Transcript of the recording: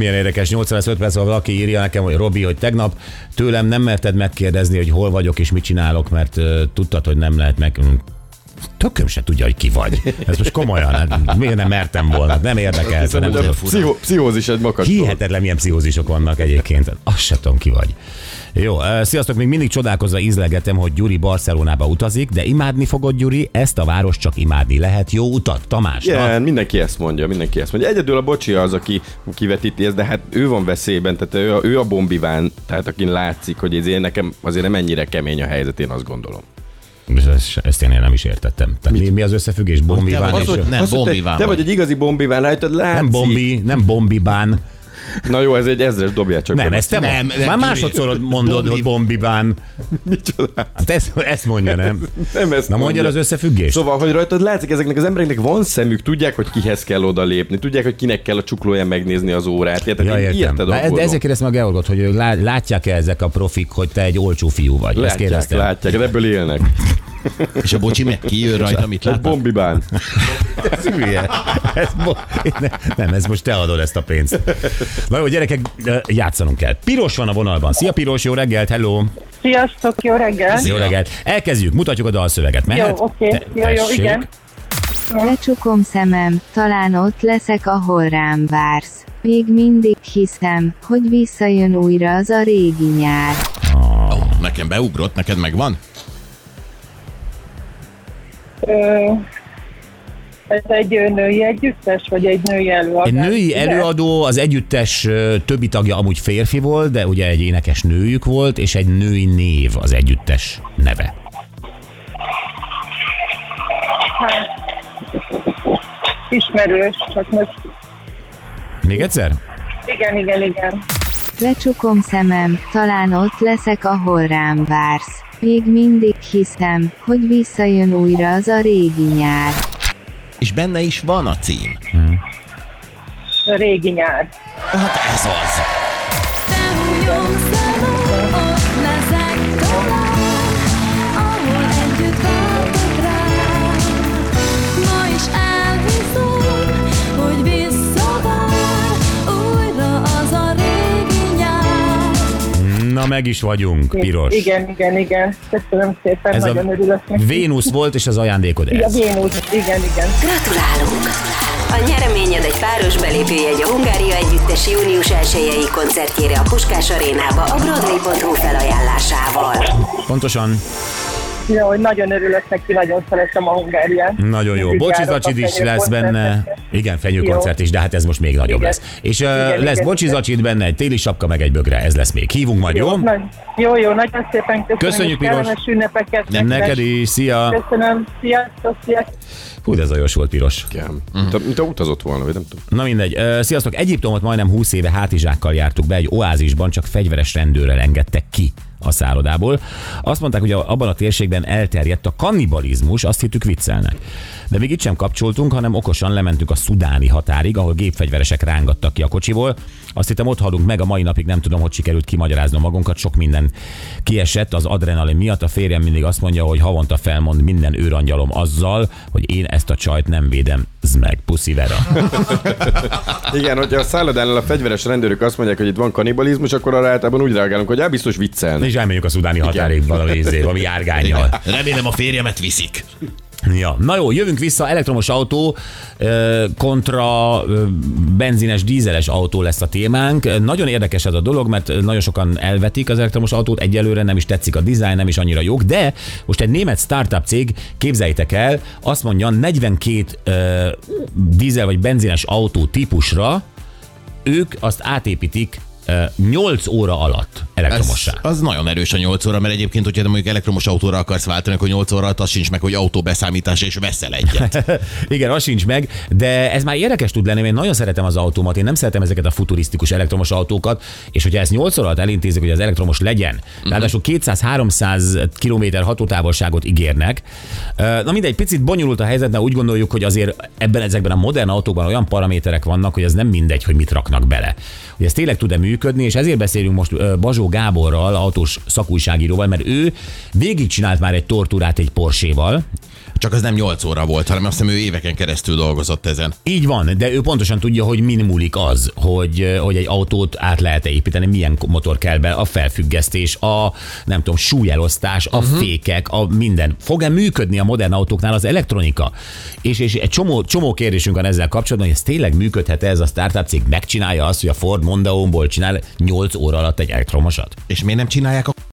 milyen érdekes, 85 perc, ahol valaki írja nekem, hogy Robi, hogy tegnap tőlem nem merted megkérdezni, hogy hol vagyok és mit csinálok, mert tudtad, hogy nem lehet meg... Tököm se tudja, hogy ki vagy. Ez most komolyan, hát miért nem mertem volna, nem érdekel. Pszichózis egy makacstól. Hihetetlen, milyen pszichózisok vannak egyébként. Azt se tudom, ki vagy. Jó, sziasztok, még mindig csodálkozva ízlegetem, hogy Gyuri Barcelonába utazik, de imádni fogod, Gyuri, ezt a város csak imádni lehet. Jó utat, Tamás? Igen, mindenki ezt mondja. Egyedül a Bocsi az, aki kivetíti ezt, de hát ő van veszélyben, tehát ő a bombiván, tehát akin látszik, hogy ezért nekem azért nem ennyire kemény a helyzet, én azt gondolom. Ezt én nem is értettem. Mi az összefüggés? Bombiván? Nem, bombiván. Te vagy egy igazi bombiván, látod, látszik. Nem bombibán. Na jó, ez egy ezres, dobjál csak. Nem, ezt nem. Már másodszor mondod, hogy bombibán. Micsoda? Hát ezt mondja, nem? Nem ezt Na mondja az összefüggés. Szóval, hogy rajtad látszik, ezeknek az embereknek van szemük, tudják, hogy kihez kell odalépni, tudják, hogy kinek kell a csuklóján megnézni az órát. Ja, értem. De ezért kérdeztem a Georgot, hogy látják-e ezek a profik, hogy te egy olcsó fiú vagy? Látják, ebből élnek. És a Bocsi meg kijön rajta, mit látnak? Bombibán. Ez hülye. Nem, ez most te adod ezt a pénzt. Na jó, gyerekek, játszanunk kell. Piros van a vonalban. Szia Piros, jó reggelt, hello! Sziasztok, jó reggelt! Jó reggelt. Elkezdjük, mutatjuk a dalszöveget. Mehet? Jó, oké. Jó, igen. Lecsukom szemem, talán ott leszek, ahol rám vársz. Még mindig hiszem, hogy visszajön újra az a régi nyár. Nekem beugrott, neked megvan? Ez egy női együttes, vagy egy női előadó? Egy női előadó, az együttes többi tagja amúgy férfi volt, de ugye egy énekes nőjük volt, és egy női név az együttes neve. Hát, ismerős, csak most... Még egyszer? Igen. Lecsukom szemem, talán ott leszek, ahol rám vársz. Még mindig hiszem, hogy visszajön újra az a régi nyár. És benne is van a cím. A régi nyár. Hát ez az. Na, meg is vagyunk, Piros. Igen. Köszönöm szépen, ez nagyon örülök neki. Vénusz volt, és az ajándékod ez. A Vénusz, igen. Gratulálunk! A nyereményed egy páros belépőjegy a Hungária Együttes június 1-i koncertjére a Puskás Arénába a Broadway.hu felajánlásával. Pontosan. Jó, nagyon örülök neki, nagyon szeretem a Hungáriát. Nagyon jó. Bocsi Zacsid is lesz benne. Igen, fenyőkoncert is, de hát ez most még nagyobb lesz. És lesz Bocsi Zacsid benne, egy téli sapka, meg egy bögre. Ez lesz még. Hívunk majd, jó? Jó, nagyon szépen köszönjük, Piros. Kellemes ünnepeket. Neked is, szia. Köszönöm, sziasztok. Hú, de zajos volt, Piros. Igen. Mint utazott volna, vagy nem tudom. Na mindegy. Sziasztok, Egyiptomot majdnem 20 éve hátizsákkal jártuk be, egy oázisban csak fegyveres rendőrrel engedtek ki a szállodából. Azt mondták, hogy abban a térségben elterjedt a kannibalizmus, azt hittük viccelnek. De még itt sem kapcsoltunk, hanem okosan lementünk a szudáni határig, ahol gépfegyveresek rángattak ki a kocsiból. Azt hittem, ott halunk meg, a mai napig nem tudom, hogy sikerült kimagyaráznom magunkat, sok minden kiesett az adrenalin miatt. A férjem mindig azt mondja, hogy havonta felmond minden őrangyalom azzal, hogy én ezt a csajt nem védem. Meg, puszi Vera. Igen, hogyha a szállodánál a fegyveres rendőrök azt mondják, hogy itt van kannibalizmus, akkor arra általában úgy reagálunk, hogy biztos viccelnek. És elmegyünk a szudáni határig valami járgánnyal. Remélem a férjemet viszik. Ja. Na jó, jövünk vissza, elektromos autó kontra benzines, dízeles autó lesz a témánk. Nagyon érdekes ez a dolog, mert nagyon sokan elvetik az elektromos autót, egyelőre nem is tetszik a dizájn, nem is annyira jók, de most egy német startup cég, képzeljétek el, azt mondja, 42 dízel vagy benzines autó típusra ők azt átépítik 8 óra alatt elektromossá. Az nagyon erős a 8 óra, mert egyébként, hogyha mondjuk elektromos autóra akarsz váltani, akkor 8 óra alatt az sincs meg, hogy autóbeszámítás és veszel egyet. Igen, az sincs meg, de ez már érdekes tud lenni, mert én nagyon szeretem az autómat, én nem szeretem ezeket a futurisztikus elektromos autókat, és hogyha ezt 8 óra alatt elintézik, hogy az elektromos legyen, ráadásul 200-300 km hatótávolságot ígérnek. Na mindegy, picit bonyolult a helyzet, de úgy gondoljuk, hogy azért ezekben a modern autókban olyan paraméterek vannak, hogy ez nem mindegy, hogy mit raknak bele. Hogy ez tényleg tud-e működni, és ezért beszélünk most Bazsó Gáborral, autós szakújságíróval, mert ő végigcsinált már egy tortúrát egy Porsche-val. Csak az nem 8 óra volt, hanem azt hiszem ő éveken keresztül dolgozott ezen. Így van, de ő pontosan tudja, hogy min múlik az, hogy egy autót át lehet építeni, milyen motor kell be, a felfüggesztés, a nem tudom, súlyelosztás, a fékek, a minden. Fog-e működni a modern autóknál az elektronika? És egy csomó kérdésünk van ezzel kapcsolatban, hogy ez tényleg működhet ez a startup cég, megcsinálja azt, hogy a Ford Mondeóból csinál 8 óra alatt egy elektromosat? És miért nem csinálják a